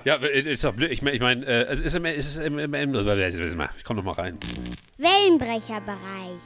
Ja, ist doch blöd. Ich meine, es ist ich komm noch mal rein. Wellenbrecherbereich.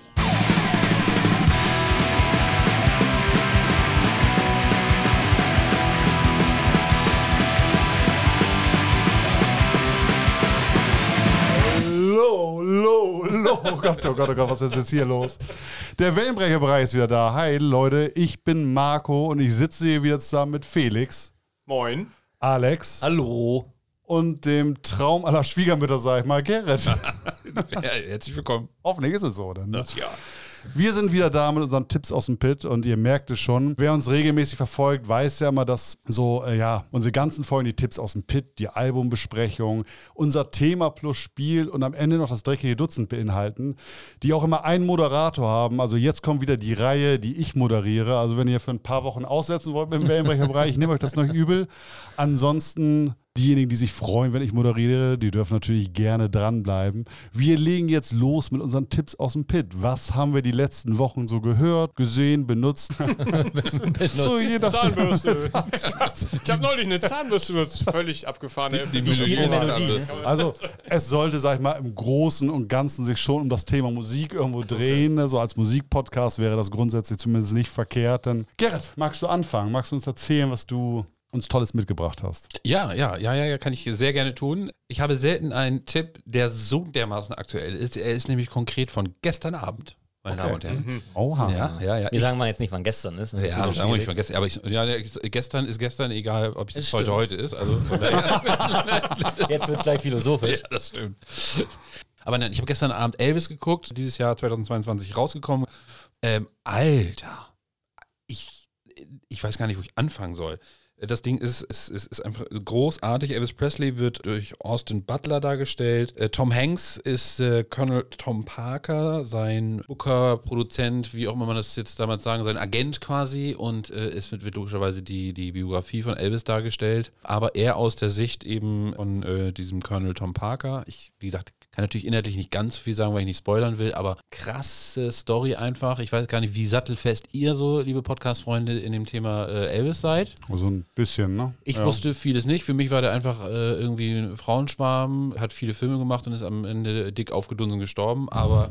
Oh Gott, was ist jetzt hier los? Der Wellenbrecherbereich ist wieder da. Hi Leute, ich bin Marco und ich sitze hier wieder zusammen mit Felix. Moin. Alex. Hallo. Und dem Traum aller Schwiegermütter, sag ich mal, Gerrit. Ja, herzlich willkommen. Hoffentlich ist es so, dann. Ne? Ja. Wir sind wieder da mit unseren Tipps aus dem Pit und ihr merkt es schon. Wer uns regelmäßig verfolgt, weiß ja immer, dass unsere ganzen Folgen, die Tipps aus dem Pit, die Albumbesprechung, unser Thema plus Spiel und am Ende noch das dreckige Dutzend beinhalten, die auch immer einen Moderator haben. Also jetzt kommt wieder die Reihe, die ich moderiere. Also wenn ihr für ein paar Wochen aussetzen wollt mit dem Wellenbrecherbereich, ich nehme euch das noch übel. Ansonsten diejenigen, die sich freuen, wenn ich moderiere, die dürfen natürlich gerne dranbleiben. Wir legen jetzt los mit unseren Tipps aus dem Pit. Was haben wir die letzten Wochen so gehört, gesehen, benutzt? So, jeder Zahnbürste. Ich habe neulich eine Zahnbürste benutzt. Völlig abgefahrene Melodie. Also es sollte, sag ich mal, im Großen und Ganzen sich schon um das Thema Musik irgendwo drehen. Ne? So als Musikpodcast wäre das grundsätzlich zumindest nicht verkehrt. Dann, Gerrit, magst du anfangen? Magst du uns erzählen, was du uns Tolles mitgebracht hast? Ja, kann ich sehr gerne tun. Ich habe selten einen Tipp, der so dermaßen aktuell ist. Er ist nämlich konkret von gestern Abend, meine Damen und Herren. Oha. Ja. Wir sagen mal jetzt nicht, wann gestern ist. Ja, sagen wir nicht von gestern. Aber gestern ist gestern, egal ob es heute ist. Also von daher. Jetzt wird es gleich philosophisch. Ja, das stimmt. Aber nein, ich habe gestern Abend Elvis geguckt, dieses Jahr 2022 rausgekommen. Alter, ich weiß gar nicht, wo ich anfangen soll. Das Ding ist einfach großartig. Elvis Presley wird durch Austin Butler dargestellt. Tom Hanks ist Colonel Tom Parker, sein Booker, Produzent, wie auch immer man das jetzt damals sagen, sein Agent quasi. Und es wird logischerweise die Biografie von Elvis dargestellt. Aber eher aus der Sicht eben von diesem Colonel Tom Parker. Wie gesagt, kann natürlich inhaltlich nicht ganz so viel sagen, weil ich nicht spoilern will, aber krasse Story einfach. Ich weiß gar nicht, wie sattelfest ihr so, liebe Podcast-Freunde, in dem Thema Elvis seid. So ein bisschen, ne? Ich wusste vieles nicht. Für mich war der einfach irgendwie ein Frauenschwarm, hat viele Filme gemacht und ist am Ende dick aufgedunsen gestorben, aber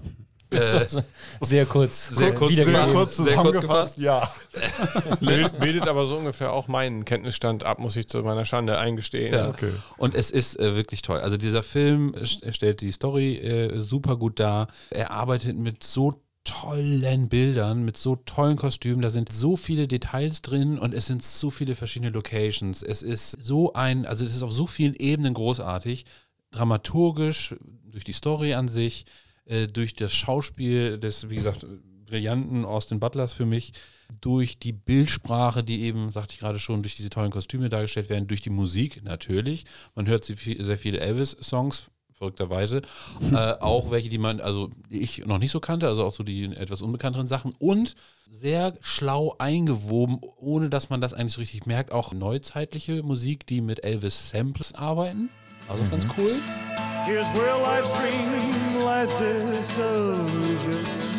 sehr kurz zusammengefasst, ja. Bildet aber so ungefähr auch meinen Kenntnisstand ab, muss ich zu meiner Schande eingestehen. Ja. Okay. Und es ist wirklich toll. Also dieser Film stellt die Story super gut dar. Er arbeitet mit so tollen Bildern, mit so tollen Kostümen. Da sind so viele Details drin und es sind so viele verschiedene Locations. Es ist es ist auf so vielen Ebenen großartig. Dramaturgisch, durch die Story an sich, durch das Schauspiel des, wie gesagt, brillanten Austin Butlers für mich, durch die Bildsprache, die eben, sagte ich gerade schon, durch diese tollen Kostüme dargestellt werden, durch die Musik natürlich. Man hört sehr viele Elvis-Songs, verrückterweise. Auch welche, die ich noch nicht so kannte, also auch so die etwas unbekannteren Sachen und sehr schlau eingewoben, ohne dass man das eigentlich so richtig merkt, auch neuzeitliche Musik, die mit Elvis-Samples arbeiten. Also ganz cool. Here's where life's dream lies disillusion.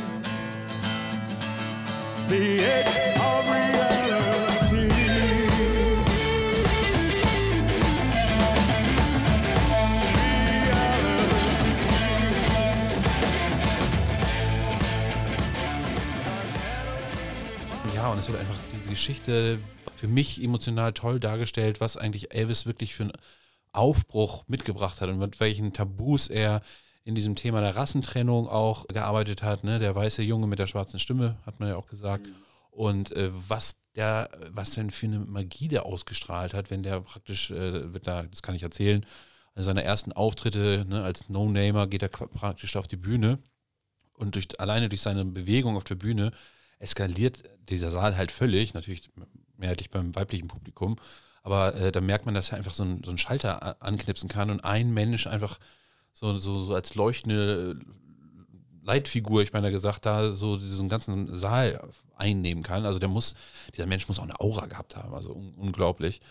The edge of reality. Ja, und es wird einfach diese Geschichte für mich emotional toll dargestellt, was eigentlich Elvis wirklich für einen Aufbruch mitgebracht hat und mit welchen Tabus er in diesem Thema der Rassentrennung auch gearbeitet hat. Ne? Der weiße Junge mit der schwarzen Stimme, hat man ja auch gesagt. Und was denn für eine Magie der ausgestrahlt hat, wenn der praktisch, das kann ich erzählen, also seine ersten Auftritte, ne, als No-Namer geht er praktisch auf die Bühne und alleine durch seine Bewegung auf der Bühne eskaliert dieser Saal halt völlig, natürlich mehrheitlich beim weiblichen Publikum, aber da merkt man, dass er einfach so einen Schalter anknipsen kann und ein Mensch einfach so als leuchtende Leitfigur, ich meine gesagt, da so diesen ganzen Saal einnehmen kann. Also dieser Mensch muss auch eine Aura gehabt haben, also unglaublich.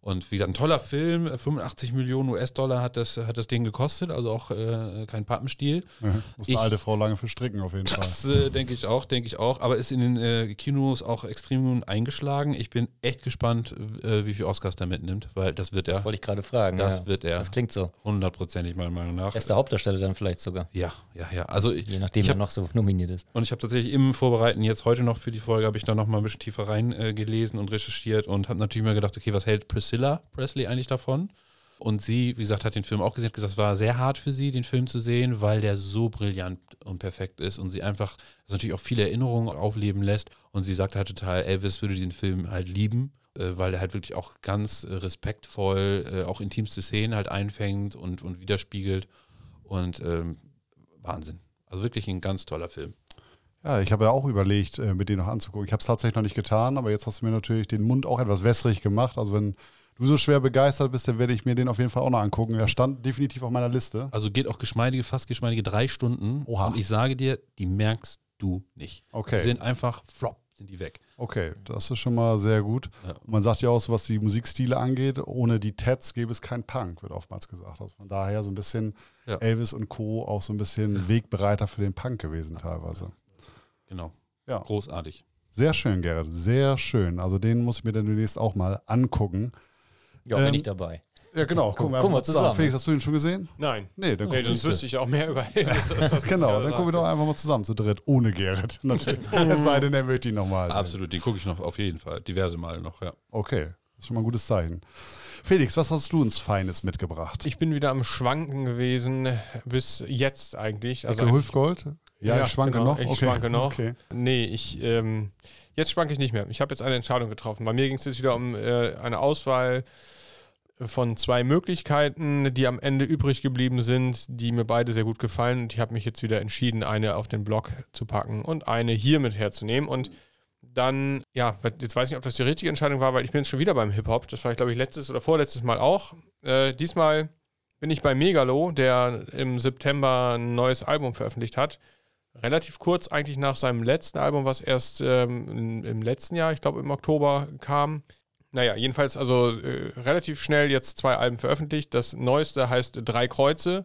Und wie gesagt, ein toller Film, 85 Millionen US-Dollar hat das Ding gekostet, also auch kein Pappenstiel. Muss eine alte Frau lange für stricken auf jeden Fall. Das denke ich auch, aber ist in den Kinos auch extrem eingeschlagen. Ich bin echt gespannt, wie viel Oscars der mitnimmt, weil das wird er. Das wollte ich gerade fragen. Das wird er. Das klingt so. 100%ig meiner Meinung nach. Bester Hauptdarsteller dann vielleicht sogar. Ja. Also Je nachdem, wer noch so nominiert ist. Und ich habe tatsächlich im Vorbereiten jetzt heute noch für die Folge, habe ich da noch mal ein bisschen tiefer rein gelesen und recherchiert und habe natürlich mal gedacht, okay, was hält Priscilla Presley eigentlich davon? Und sie, wie gesagt, hat den Film auch gesehen, hat gesagt, es war sehr hart für sie, den Film zu sehen, weil der so brillant und perfekt ist und sie einfach, das natürlich auch viele Erinnerungen aufleben lässt. Und sie sagt halt total, Elvis würde diesen Film halt lieben, weil er halt wirklich auch ganz respektvoll auch intimste Szenen halt einfängt und widerspiegelt. Und Wahnsinn. Also wirklich ein ganz toller Film. Ja, ich habe ja auch überlegt, mir den noch anzugucken. Ich habe es tatsächlich noch nicht getan, aber jetzt hast du mir natürlich den Mund auch etwas wässrig gemacht. Also wenn du so schwer begeistert bist, dann werde ich mir den auf jeden Fall auch noch angucken. Er stand definitiv auf meiner Liste. Also geht auch fast geschmeidige 3 Stunden. Oha. Und ich sage dir, die merkst du nicht. Okay. Die sind einfach flop, sind die weg. Okay, das ist schon mal sehr gut. Ja. Und man sagt ja auch so, was die Musikstile angeht, ohne die Tats gäbe es kein Punk, wird oftmals gesagt. Also von daher so ein bisschen Elvis und Co. auch so ein bisschen Wegbereiter für den Punk gewesen teilweise. Genau. Ja. Großartig. Sehr schön, Gerrit, sehr schön. Also den muss ich mir dann demnächst auch mal angucken. Ja, bin ich dabei. Ja, genau. Gucken wir mal zusammen. Felix, hast du den schon gesehen? Nein. Nee, dann Nee, sonst wüsste ich auch mehr über Elvis. Genau, dann gucken wir doch einfach mal zusammen zu dritt, ohne Gerrit. Natürlich. Es sei denn, er möchte ihn nochmal sehen. Absolut, die gucke ich noch auf jeden Fall. Diverse Male noch, ja. Okay, das ist schon mal ein gutes Zeichen. Felix, was hast du uns Feines mitgebracht? Ich bin wieder am Schwanken gewesen, bis jetzt eigentlich. Ecke Hülfgold? Ja, ich schwanke genau, noch. Ich schwanke noch. Okay. Nee, jetzt schwanke ich nicht mehr. Ich habe jetzt eine Entscheidung getroffen. Bei mir ging es jetzt wieder um eine Auswahl von 2 Möglichkeiten, die am Ende übrig geblieben sind, die mir beide sehr gut gefallen. Und ich habe mich jetzt wieder entschieden, eine auf den Blog zu packen und eine hier mit herzunehmen. Und dann, ja, jetzt weiß ich nicht, ob das die richtige Entscheidung war, weil ich bin jetzt schon wieder beim Hip-Hop. Das war, glaube ich, letztes oder vorletztes Mal auch. Diesmal bin ich bei Megalo, der im September ein neues Album veröffentlicht hat. Relativ kurz eigentlich nach seinem letzten Album, was erst im letzten Jahr, ich glaube im Oktober kam. Naja, jedenfalls also relativ schnell jetzt 2 Alben veröffentlicht. Das neueste heißt 3 Kreuze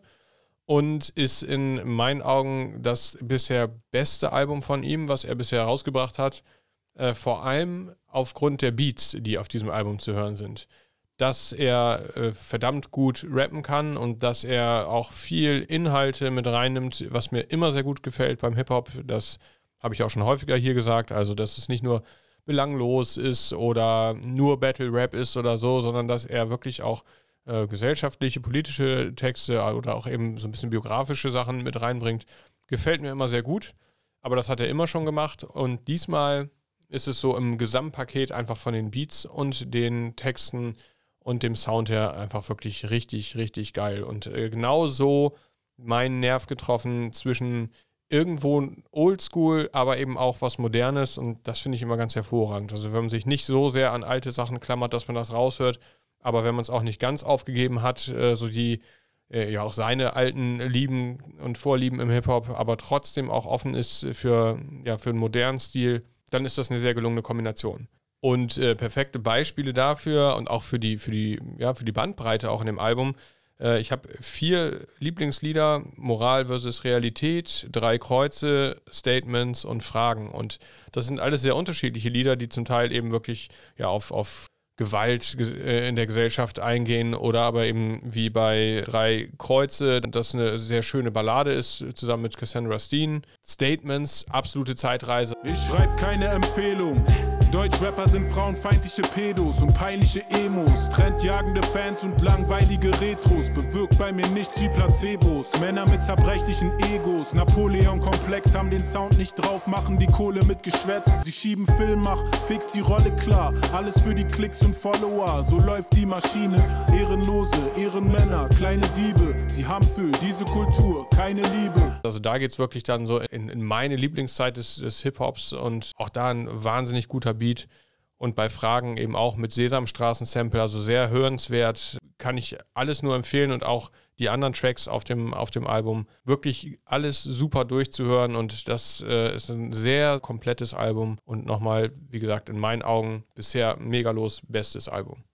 und ist in meinen Augen das bisher beste Album von ihm, was er bisher herausgebracht hat. Vor allem aufgrund der Beats, die auf diesem Album zu hören sind. Dass er verdammt gut rappen kann und dass er auch viel Inhalte mit reinnimmt, was mir immer sehr gut gefällt beim Hip-Hop. Das habe ich auch schon häufiger hier gesagt. Also, dass es nicht nur belanglos ist oder nur Battle-Rap ist oder so, sondern dass er wirklich auch gesellschaftliche, politische Texte oder auch eben so ein bisschen biografische Sachen mit reinbringt. Gefällt mir immer sehr gut, aber das hat er immer schon gemacht und diesmal ist es so im Gesamtpaket einfach von den Beats und den Texten und dem Sound her einfach wirklich richtig, richtig geil. Und genau so meinen Nerv getroffen zwischen irgendwo Oldschool, aber eben auch was Modernes. Und das finde ich immer ganz hervorragend. Also wenn man sich nicht so sehr an alte Sachen klammert, dass man das raushört, aber wenn man es auch nicht ganz aufgegeben hat, so die ja auch seine alten Lieben und Vorlieben im Hip-Hop, aber trotzdem auch offen ist für einen modernen Stil, dann ist das eine sehr gelungene Kombination. Und perfekte Beispiele dafür und auch für die Bandbreite auch in dem Album. Ich habe 4 Lieblingslieder, Moral versus Realität, 3 Kreuze, Statements und Fragen. Und das sind alles sehr unterschiedliche Lieder, die zum Teil eben wirklich auf Gewalt in der Gesellschaft eingehen oder aber eben wie bei 3 Kreuze, das eine sehr schöne Ballade ist, zusammen mit Cassandra Steen. Statements, absolute Zeitreise. Ich schreib keine Empfehlung. Deutschrapper sind frauenfeindliche Pedos und peinliche Emos. Trendjagende Fans und langweilige Retros. Bewirkt bei mir nichts wie Placebos. Männer mit zerbrechlichen Egos. Napoleon-Komplex haben den Sound nicht drauf, machen die Kohle mit Geschwätz. Sie schieben Filmmach, fix die Rolle klar. Alles für die Klicks und Follower. So läuft die Maschine. Ehrenlose, Ehrenmänner, kleine Diebe. Sie haben für diese Kultur keine Liebe. Also da geht es wirklich dann so in meine Lieblingszeit des Hip-Hops und auch da ein wahnsinnig guter Beat und bei Fragen eben auch mit Sesamstraßen-Sample, also sehr hörenswert, kann ich alles nur empfehlen und auch die anderen Tracks auf dem Album, wirklich alles super durchzuhören und das ist ein sehr komplettes Album und nochmal, wie gesagt, in meinen Augen bisher Megalos bestes Album.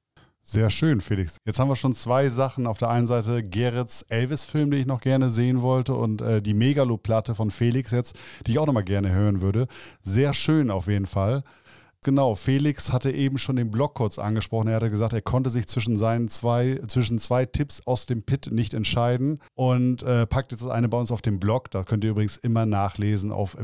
Sehr schön, Felix. Jetzt haben wir schon 2 Sachen. Auf der einen Seite Gerrits Elvis-Film, den ich noch gerne sehen wollte, und die Megalo-Platte von Felix jetzt, die ich auch noch mal gerne hören würde. Sehr schön auf jeden Fall. Genau, Felix hatte eben schon den Blog kurz angesprochen. Er hatte gesagt, er konnte sich zwischen zwei Tipps aus dem Pit nicht entscheiden und packt jetzt das eine bei uns auf dem Blog. Da könnt ihr übrigens immer nachlesen auf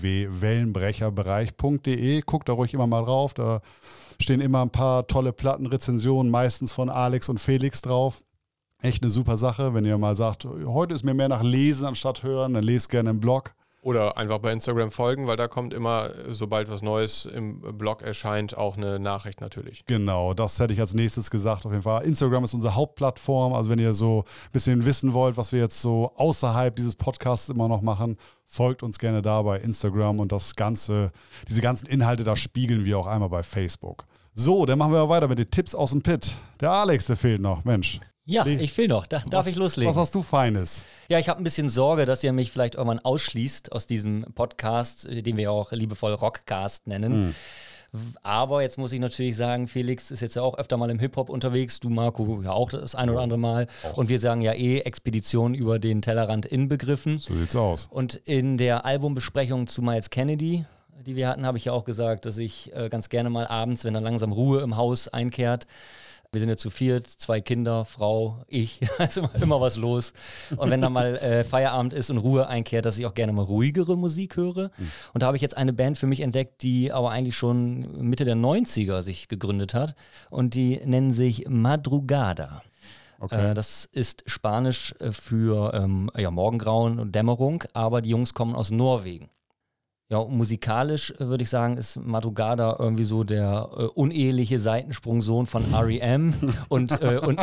www.wellenbrecherbereich.de. Guckt da ruhig immer mal drauf. Da stehen immer ein paar tolle Plattenrezensionen, meistens von Alex und Felix drauf. Echt eine super Sache. Wenn ihr mal sagt, heute ist mir mehr nach Lesen anstatt hören, dann lest gerne im Blog. Oder einfach bei Instagram folgen, weil da kommt immer, sobald was Neues im Blog erscheint, auch eine Nachricht natürlich. Genau, das hätte ich als nächstes gesagt auf jeden Fall. Instagram ist unsere Hauptplattform, also wenn ihr so ein bisschen wissen wollt, was wir jetzt so außerhalb dieses Podcasts immer noch machen, folgt uns gerne da bei Instagram und diese ganzen Inhalte, da spiegeln wir auch einmal bei Facebook. So, dann machen wir weiter mit den Tipps aus dem Pit. Der Alex, der fehlt noch, Mensch. Ja, ich fehl noch. Darf ich loslegen? Was hast du Feines? Ja, ich habe ein bisschen Sorge, dass ihr mich vielleicht irgendwann ausschließt aus diesem Podcast, den wir auch liebevoll Rockcast nennen. Aber jetzt muss ich natürlich sagen, Felix ist jetzt ja auch öfter mal im Hip-Hop unterwegs, du Marco ja auch das ein oder andere Mal. Und wir sagen ja Expedition über den Tellerrand inbegriffen. So sieht's aus. Und in der Albumbesprechung zu Miles Kennedy, die wir hatten, habe ich ja auch gesagt, dass ich ganz gerne mal abends, wenn dann langsam Ruhe im Haus einkehrt, wir sind ja zu 4, 2 Kinder, Frau, ich, da ist immer was los. Und wenn dann mal Feierabend ist und Ruhe einkehrt, dass ich auch gerne mal ruhigere Musik höre. Und da habe ich jetzt eine Band für mich entdeckt, die aber eigentlich schon Mitte der 90er sich gegründet hat. Und die nennen sich Madrugada. Okay. Das ist Spanisch für Morgengrauen und Dämmerung, aber die Jungs kommen aus Norwegen. Ja, und musikalisch würde ich sagen, ist Madrugada irgendwie so der uneheliche Seitensprungsohn von R.E.M. und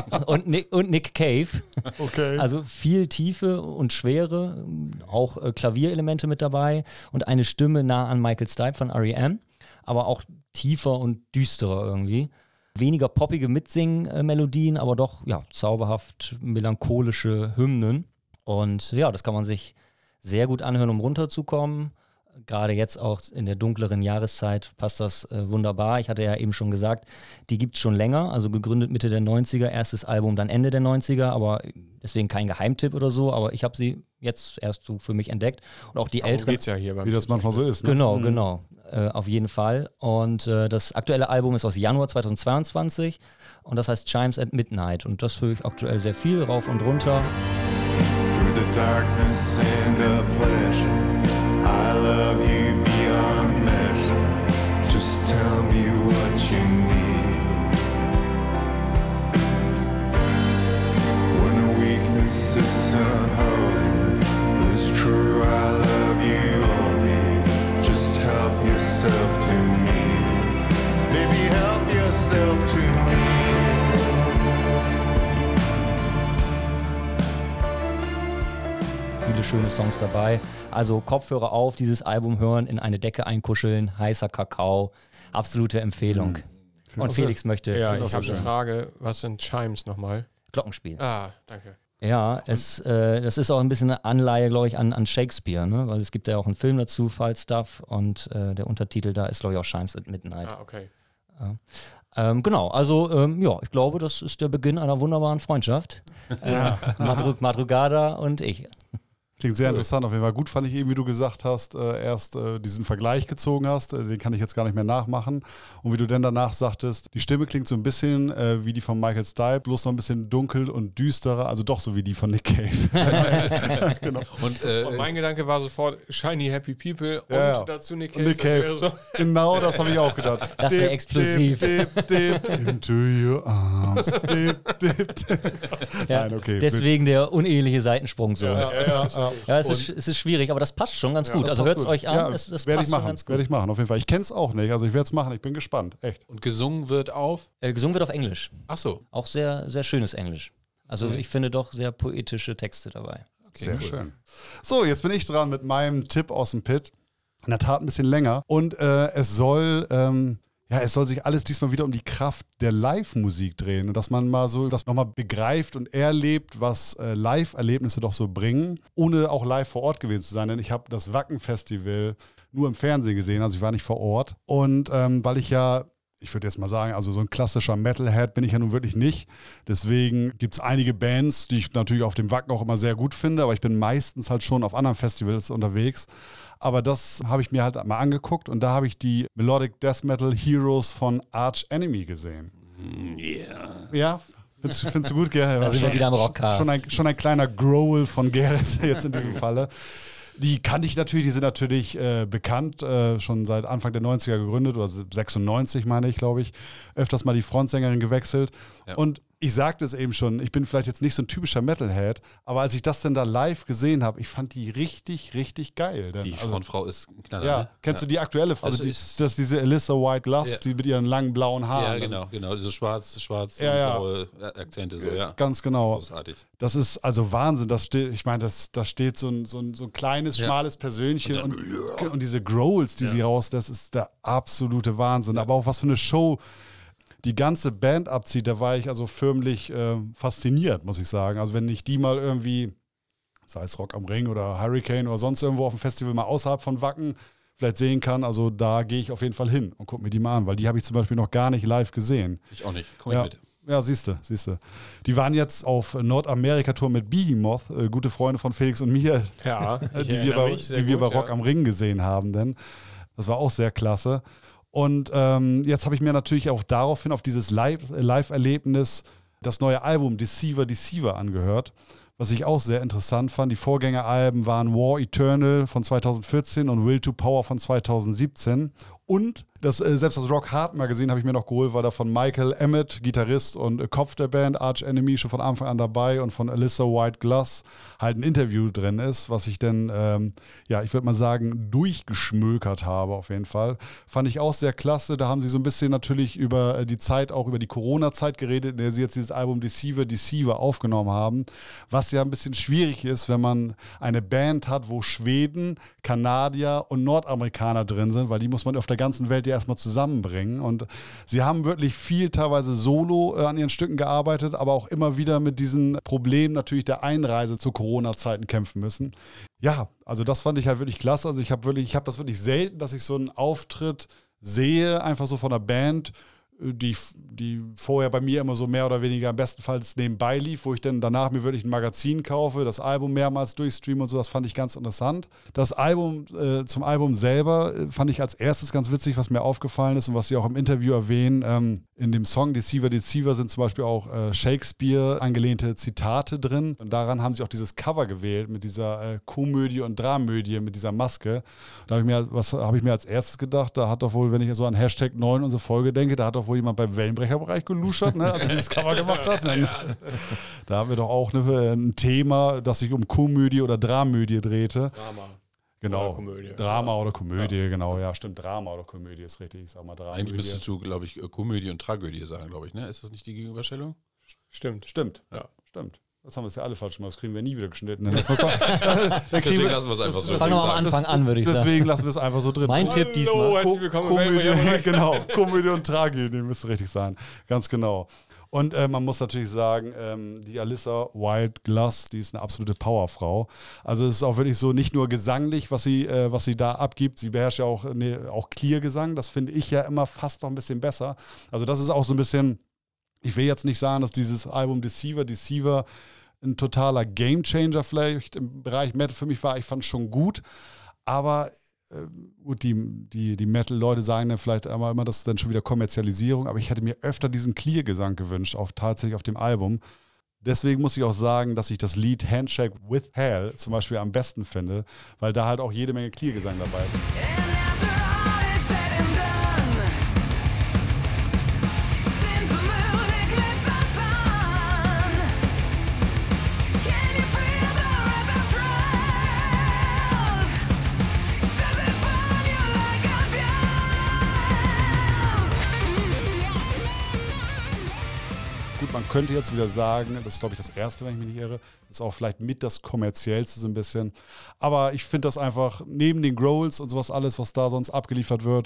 Nick Cave. Okay. Also viel Tiefe und Schwere, auch Klavierelemente mit dabei und eine Stimme nah an Michael Stipe von R.E.M., aber auch tiefer und düsterer irgendwie. Weniger poppige Mitsingen-Melodien, aber doch zauberhaft melancholische Hymnen. Und ja, das kann man sich sehr gut anhören, um runterzukommen. Gerade jetzt auch in der dunkleren Jahreszeit passt das wunderbar. Ich hatte ja eben schon gesagt, die gibt es schon länger, also gegründet Mitte der 90er, erstes Album dann Ende der 90er, aber deswegen kein Geheimtipp oder so, aber ich habe sie jetzt erst so für mich entdeckt. Und auch die Älteren. Geht's ja hier wie das manchmal so ist. Ne? Genau. Auf jeden Fall. Und das aktuelle Album ist aus Januar 2022 und das heißt Chimes at Midnight. Und das höre ich aktuell sehr viel, rauf und runter. Through the darkness and the pleasure, I love you beyond measure. Just tell me what you need. When the weakness is unholy, it's true, I love you only. Just help yourself to me. Baby, help yourself to me. Viele schöne Songs dabei. Also Kopfhörer auf, dieses Album hören, in eine Decke einkuscheln, heißer Kakao. Absolute Empfehlung. Und Felix möchte Ja, ich habe eine Frage. Was sind Chimes nochmal? Glockenspiel. Ah, danke. Ja, das ist auch ein bisschen eine Anleihe, glaube ich, an Shakespeare, ne? Weil es gibt ja auch einen Film dazu, Falstaff, und der Untertitel da ist, glaube ich, auch Chimes at Midnight. Ah, okay. Genau, also ich glaube, das ist der Beginn einer wunderbaren Freundschaft. Madrugada und ich. Klingt sehr interessant auf jeden Fall. Gut fand ich eben, wie du gesagt hast, erst diesen Vergleich gezogen hast, den kann ich jetzt gar nicht mehr nachmachen. Und wie du dann danach sagtest, die Stimme klingt so ein bisschen wie die von Michael Stipe, bloß noch ein bisschen dunkel und düsterer, also doch so wie die von Nick Cave. Genau. Und mein Gedanke war sofort Shiny Happy People und dazu Nick Cave. Nick Cave. So. Genau, das habe ich auch gedacht. Das wäre explosiv. Dip, into your arms. Dip. Ja, Nein, okay. deswegen der uneheliche Seitensprung so. Ja, es ist schwierig, aber das passt schon ganz gut. Also hört es euch an, Ja, das werde passt ich schon machen, ganz gut. werde ich machen, auf jeden Fall. Ich kenne es auch nicht, also ich werde es machen, ich bin gespannt, echt. Und gesungen wird auf? Gesungen wird auf Englisch. Ach so. Auch sehr, sehr schönes Englisch. Also ich finde doch sehr poetische Texte dabei. Okay, Sehr cool. schön. So, jetzt bin ich dran mit meinem Tipp aus dem Pit. In der Tat ein bisschen länger. Und es soll sich alles diesmal wieder um die Kraft der Live-Musik drehen. Und dass man mal so das nochmal begreift und erlebt, was Live-Erlebnisse doch so bringen, ohne auch live vor Ort gewesen zu sein. Denn ich habe das Wacken-Festival nur im Fernsehen gesehen, also ich war nicht vor Ort. Und weil ich ja ich würde jetzt mal sagen, also so ein klassischer Metalhead bin ich ja nun wirklich nicht. Deswegen gibt es einige Bands, die ich natürlich auf dem Wacken auch immer sehr gut finde, aber ich bin meistens halt schon auf anderen Festivals unterwegs. Aber das habe ich mir halt mal angeguckt und da habe ich die Melodic Death Metal Heroes von Arch Enemy gesehen. Ja, findest du gut, Gerrit? Da sind wir wieder am Rockcast. Schon ein kleiner Growl von Gerrit jetzt in diesem Falle. Die kannte ich natürlich, die sind natürlich bekannt, schon seit Anfang der 90er gegründet, oder 96 meine ich, glaube ich, öfters mal die Frontsängerin gewechselt. Ja. Und ich sagte es eben schon, ich bin vielleicht jetzt nicht so ein typischer Metalhead, aber als ich das dann da live gesehen habe, ich fand die richtig, richtig geil. Die Frontfrau ist ein Knaller. Ja, kennst du die aktuelle Frau? Also das ist diese Alyssa White Glass, die mit ihren langen blauen Haaren. Ja, genau. Diese blaue Akzente, so, ja. Ganz genau. Großartig. Das ist also Wahnsinn. Da steht so ein kleines, schmales Persönchen und diese Growls, die sie raus, das ist der absolute Wahnsinn. Aber auch was für eine Show die ganze Band abzieht, da war ich also förmlich fasziniert, muss ich sagen. Also wenn ich die mal irgendwie, sei es Rock am Ring oder Hurricane oder sonst irgendwo auf dem Festival mal außerhalb von Wacken vielleicht sehen kann, also da gehe ich auf jeden Fall hin und gucke mir die mal an, weil die habe ich zum Beispiel noch gar nicht live gesehen. Ich auch nicht, komm ich mit. Ja, siehst du. Die waren jetzt auf Nordamerika-Tour mit Behemoth, gute Freunde von Felix und mir, die wir bei Rock am Ring gesehen haben. Denn das war auch sehr klasse. Und jetzt habe ich mir natürlich auch daraufhin auf dieses Live-Erlebnis das neue Album Deceiver angehört, was ich auch sehr interessant fand. Die Vorgängeralben waren War Eternal von 2014 und Will to Power von 2017. Und selbst das Rock Hard Magazin habe ich mir noch geholt, weil da von Michael Emmett, Gitarrist und Kopf der Band, Arch Enemy, schon von Anfang an dabei und von Alyssa White Glass halt ein Interview drin ist, was ich dann, ich würde mal sagen, durchgeschmökert habe auf jeden Fall. Fand ich auch sehr klasse. Da haben sie so ein bisschen natürlich über die Zeit, auch über die Corona-Zeit geredet, in der sie jetzt dieses Album Deceiver aufgenommen haben, was ja ein bisschen schwierig ist, wenn man eine Band hat, wo Schweden, Kanadier und Nordamerikaner drin sind, weil die muss man auf der ganzen Welt ja erstmal zusammenbringen. Und sie haben wirklich viel teilweise solo an ihren Stücken gearbeitet, aber auch immer wieder mit diesen Problemen natürlich der Einreise zu Corona-Zeiten kämpfen müssen. Ja, also das fand ich halt wirklich klasse. Also ich habe das wirklich selten, dass ich so einen Auftritt sehe, einfach so von einer Band, die vorher bei mir immer so mehr oder weniger bestenfalls nebenbei lief, wo ich dann danach mir wirklich ein Magazin kaufe, das Album mehrmals durchstreame und so, das fand ich ganz interessant. Das Album, zum Album selber fand ich als erstes ganz witzig, was mir aufgefallen ist und was sie auch im Interview erwähnen, in dem Song Deceiver sind zum Beispiel auch Shakespeare angelehnte Zitate drin und daran haben sie auch dieses Cover gewählt mit dieser Komödie und Dramödie, mit dieser Maske. Da habe ich mir als erstes gedacht, da hat doch wohl, wenn ich so an Hashtag 9 unsere Folge denke, da hat doch wohl jemand beim Wellenbrecherbereich geluschert, ne, als er dieses Cover gemacht hat. Da haben wir doch auch ein Thema, das sich um Komödie oder Dramödie drehte. Genau. Oder Komödie. Drama oder Komödie, genau, ja, stimmt. Drama oder Komödie ist richtig, ich sag mal Dramödie. Eigentlich müsstest du, glaube ich, Komödie und Tragödie sagen, glaube ich, ne? Ist das nicht die Gegenüberstellung? Stimmt. Ja. Stimmt. Das haben wir ja alle falsch gemacht, das kriegen wir nie wieder geschnitten. Deswegen lassen wir es einfach so. Fangen wir am Anfang an, würde ich sagen. Deswegen lassen wir es einfach so drin. Mein Tipp diesmal. Herzlich willkommen. Komödie und Tragödie müsste richtig sein. Ganz genau. Und man muss natürlich sagen, die Alyssa White Glass, die ist eine absolute Powerfrau. Also es ist auch wirklich so, nicht nur gesanglich, was sie da abgibt, sie beherrscht ja auch Clear-Gesang, das finde ich ja immer fast noch ein bisschen besser. Also das ist auch so ein bisschen, ich will jetzt nicht sagen, dass dieses Album Deceiver ein totaler Gamechanger vielleicht im Bereich Metal für mich war. Ich fand es schon gut, aber gut, die Metal-Leute sagen dann vielleicht immer, das ist dann schon wieder Kommerzialisierung, aber ich hätte mir öfter diesen Clear-Gesang gewünscht, tatsächlich auf dem Album. Deswegen muss ich auch sagen, dass ich das Lied Handshake with Hell zum Beispiel am besten finde, weil da halt auch jede Menge Clear-Gesang dabei ist. Man könnte jetzt wieder sagen, das ist, glaube ich, das Erste, wenn ich mich nicht irre, ist auch vielleicht mit das Kommerziellste so ein bisschen. Aber ich finde das einfach, neben den Growls und sowas alles, was da sonst abgeliefert wird,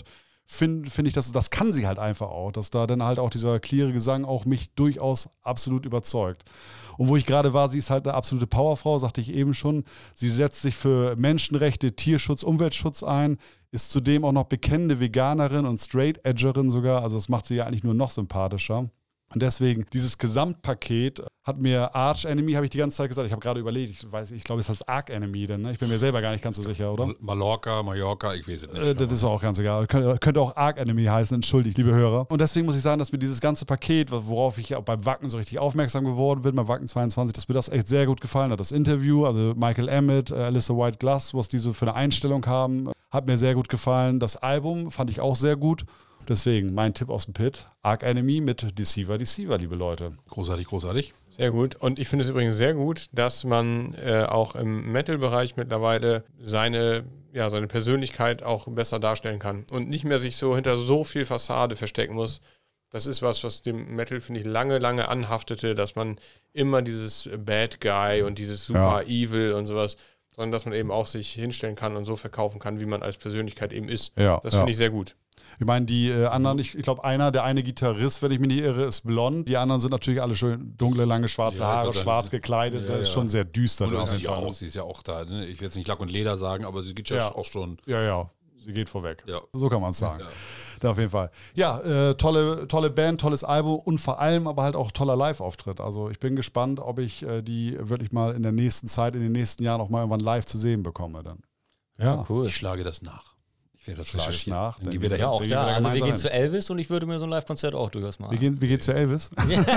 finde ich, das kann sie halt einfach auch, dass da dann halt auch dieser cleare Gesang auch mich durchaus absolut überzeugt. Und wo ich gerade war, sie ist halt eine absolute Powerfrau, sagte ich eben schon. Sie setzt sich für Menschenrechte, Tierschutz, Umweltschutz ein, ist zudem auch noch bekennende Veganerin und Straight-Edgerin sogar. Also das macht sie ja eigentlich nur noch sympathischer. Und deswegen, dieses Gesamtpaket hat mir Arch Enemy, habe ich die ganze Zeit gesagt, ich habe gerade überlegt, ich glaube, es heißt Arc Enemy, denn ne? Ich bin mir selber gar nicht ganz so sicher, oder? Mallorca, ich weiß es nicht. Das ist auch ganz egal. Könnte auch Arc Enemy heißen, entschuldigt, liebe Hörer. Und deswegen muss ich sagen, dass mir dieses ganze Paket, worauf ich ja auch beim Wacken so richtig aufmerksam geworden bin, beim Wacken 22, dass mir das echt sehr gut gefallen hat. Das Interview, also Michael Emmett, Alyssa White-Glass, was die so für eine Einstellung haben, hat mir sehr gut gefallen. Das Album fand ich auch sehr gut. Deswegen mein Tipp aus dem Pit, Arc Enemy mit Deceiver, liebe Leute. Großartig. Sehr gut. Und ich finde es übrigens sehr gut, dass man auch im Metal-Bereich mittlerweile seine Persönlichkeit auch besser darstellen kann und nicht mehr sich so hinter so viel Fassade verstecken muss. Das ist was dem Metal, finde ich, lange anhaftete, dass man immer dieses Bad Guy und dieses super Evil und sowas, sondern dass man eben auch sich hinstellen kann und so verkaufen kann, wie man als Persönlichkeit eben ist. Das finde ich sehr gut. Ich meine, die anderen, ich glaube, der eine Gitarrist, wenn ich mich nicht irre, ist blond. Die anderen sind natürlich alle schön dunkle, lange, schwarze Haare, schwarz gekleidet. Das ist schon sehr düster. Und sie ist ja auch da. Ne? Ich will jetzt nicht Lack und Leder sagen, aber sie geht ja auch schon. Ja, sie geht vorweg. Ja. So kann man es sagen. Ja, auf jeden Fall. Ja, tolle Band, tolles Album und vor allem aber halt auch toller Live-Auftritt. Also ich bin gespannt, ob ich die wirklich mal in der nächsten Zeit, in den nächsten Jahren auch mal irgendwann live zu sehen bekomme. Dann. Ja, cool. Ich schlage das nach. Ich werde das recherchieren. Nach. Dann gehen wir auch da. Also wir gehen zu Elvis und ich würde mir so ein Live-Konzert auch durchaus machen. Wir gehen zu Elvis?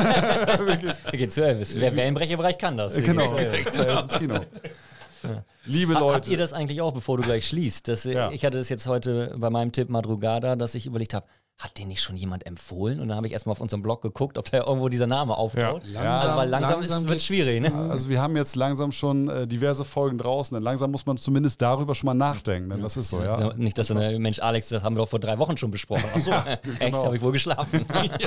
Wir gehen zu Elvis. Wer Wellenbrecherbereich kann das. Genau, zu Elvis ins Kino. Ja. Liebe Leute. Habt ihr das eigentlich auch, bevor du gleich schließt? Ich hatte das jetzt heute bei meinem Tipp Madrugada, dass ich überlegt habe, hat den nicht schon jemand empfohlen? Und dann habe ich erstmal auf unserem Blog geguckt, ob da irgendwo dieser Name auftaucht. Weil langsam wird es schwierig. Ne? Also wir haben jetzt langsam schon diverse Folgen draußen. Denn langsam muss man zumindest darüber schon mal nachdenken. Denn das ist so, ja. Nicht, dass Mensch, Alex, das haben wir doch vor 3 Wochen schon besprochen. Achso, echt, habe ich wohl geschlafen.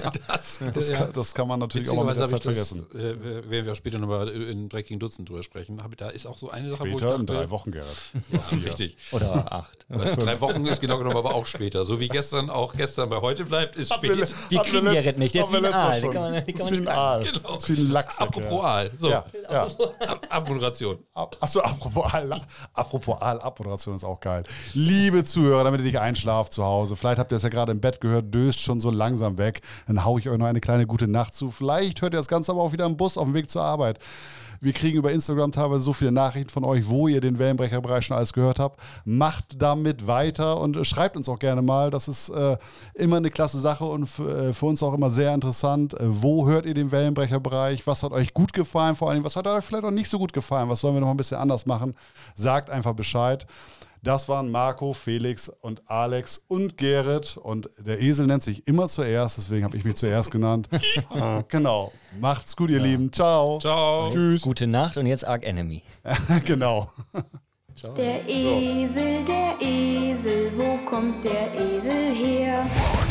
Das kann man natürlich auch mal mit der Zeit vergessen. Werden wir später nochmal in Breaking Dutzend drüber sprechen. Aber da ist auch so eine Sache, später, wo ich dachte, in 3 Wochen, Gerrit. Ja, richtig. Oder 8. 3 Wochen ist genau genommen, aber auch später. So wie gestern bei heute bleibt, ist spät. Die kriegen Gerrit nicht, der ist wie ein Aal. Die kann man nicht packen. Genau. Das ist wie ein Lachs. Apropos Aal. So. Ja. Abmoderation. Achso, apropos Aal, Abmoderation ist auch geil. Liebe Zuhörer, damit ihr nicht einschlaft zu Hause, vielleicht habt ihr es ja gerade im Bett gehört, döst schon so langsam weg, dann haue ich euch noch eine kleine gute Nacht zu. Vielleicht hört ihr das Ganze aber auch wieder im Bus auf dem Weg zur Arbeit. Wir kriegen über Instagram teilweise so viele Nachrichten von euch, wo ihr den Wellenbrecherbereich schon alles gehört habt. Macht damit weiter und schreibt uns auch gerne mal. Das ist immer eine klasse Sache und für uns auch immer sehr interessant. Wo hört ihr den Wellenbrecherbereich? Was hat euch gut gefallen? Vor allem, was hat euch vielleicht auch nicht so gut gefallen? Was sollen wir noch ein bisschen anders machen? Sagt einfach Bescheid. Das waren Marco, Felix und Alex und Gerrit. Und der Esel nennt sich immer zuerst, deswegen habe ich mich zuerst genannt. Genau. Macht's gut, ihr Lieben. Ciao. Ciao. Tschüss. Gute Nacht und jetzt Arc Enemy. Genau. Der Esel, wo kommt der Esel her?